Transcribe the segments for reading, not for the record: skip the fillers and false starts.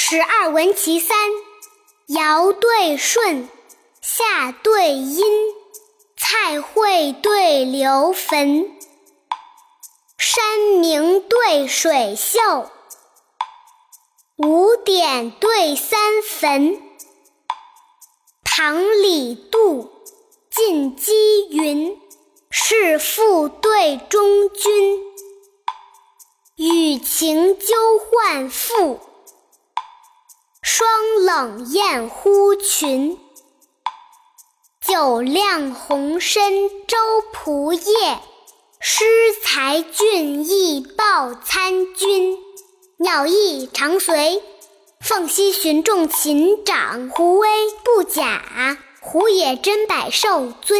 十二闻其三：尧对舜，夏对殷，蔡惠对刘汾，山明对水秀，五典对三汾，唐李杜，晋姬云，士父对中军，与秦纠患赋，双冷燕忽群，酒酿红参周仆射，诗才俊逸报参军。鸟翼常随，凤栖寻众禽长，胡威不假，胡也真百兽尊。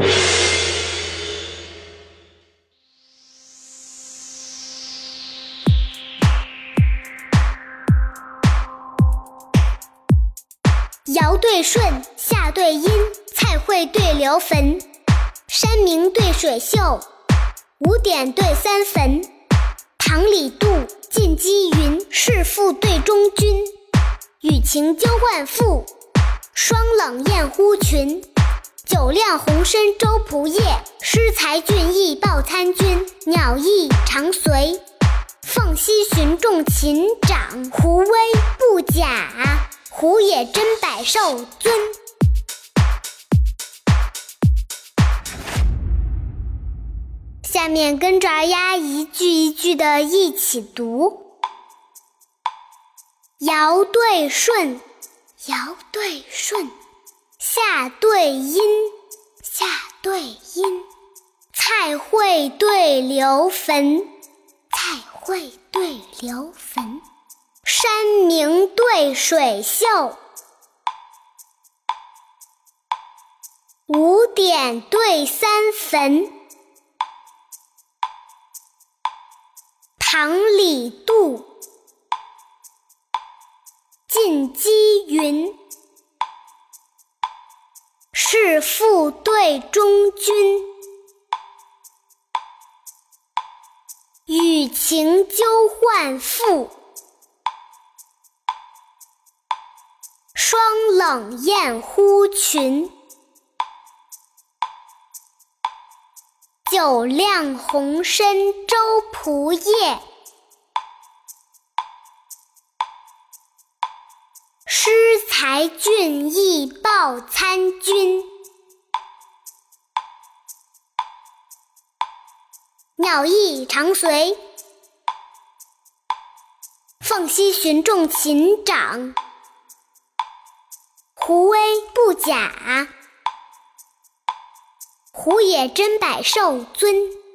尧对舜，夏对殷，蔡惠对刘汾，山明对水秀，五典对三汾，唐李杜，晋姬云，士父对中军，与秦纠患赋，双冷燕忽群，酒酿红参周仆射，诗才俊逸报参军。鸟翼常随，凤栖寻众禽长，胡威不假，胡也真百兽尊。下面跟着儿呀一句一句的一起读。尧对舜，尧对舜，夏对殷，夏对殷，蔡惠对刘汾，蔡惠对刘汾，山明对水秀，五典对三汾，唐李杜，晋姬云，士父对中军，与秦纠患赋，双冷燕忽群，酒酿红参周仆射，诗才俊逸报参军。鸟翼常随，凤栖寻众禽长，胡威不假，胡也真百兽尊。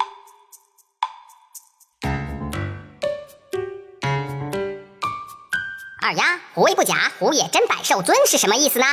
二丫，胡威不假，胡也真百兽尊是什么意思呢？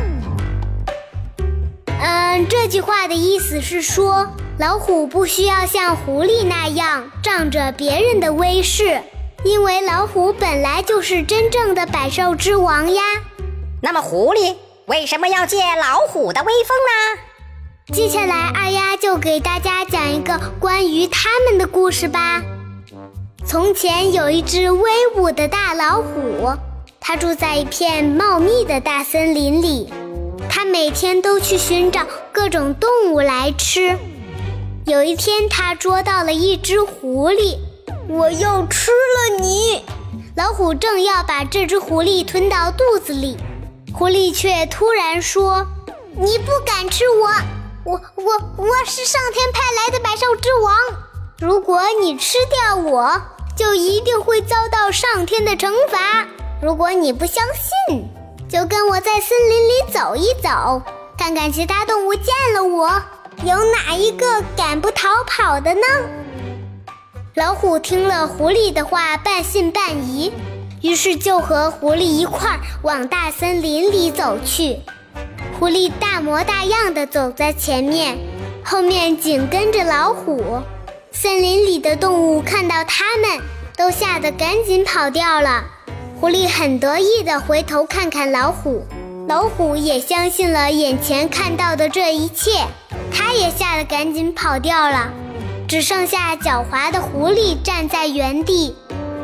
这句话的意思是说，老虎不需要像狐狸那样仗着别人的威势，因为老虎本来就是真正的百兽之王呀。 那么狐狸为什么要借老虎的威风呢？ 接下来二丫就给大家讲一个关于他们的故事吧。从前有一只威武的大老虎，它住在一片茂密的大森林里，它每天都去寻找各种动物来吃。有一天它捉到了一只狐狸，我要吃了你！老虎正要把这只狐狸吞到肚子里，狐狸却突然说，你不敢吃我是上天派来的百兽之王，如果你吃掉我，就一定会遭到上天的惩罚。如果你不相信，就跟我在森林里走一走，看看其他动物见了我，有哪一个敢不逃跑的呢？老虎听了狐狸的话，半信半疑，于是就和狐狸一块儿往大森林里走去。狐狸大模大样地走在前面，后面紧跟着老虎。森林里的动物看到它们，都吓得赶紧跑掉了。狐狸很得意地回头看看老虎，老虎也相信了眼前看到的这一切，它也吓得赶紧跑掉了。只剩下狡猾的狐狸站在原地，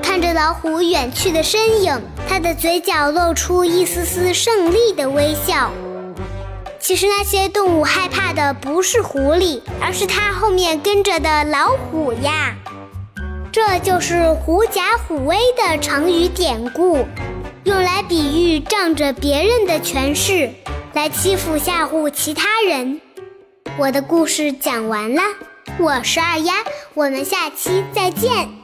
看着老虎远去的身影，他的嘴角露出一丝丝胜利的微笑。其实那些动物害怕的不是狐狸，而是它后面跟着的老虎呀。这就是狐假虎威的成语典故，用来比喻仗着别人的权势来欺负吓唬其他人。我的故事讲完了，我是二丫，我们下期再见。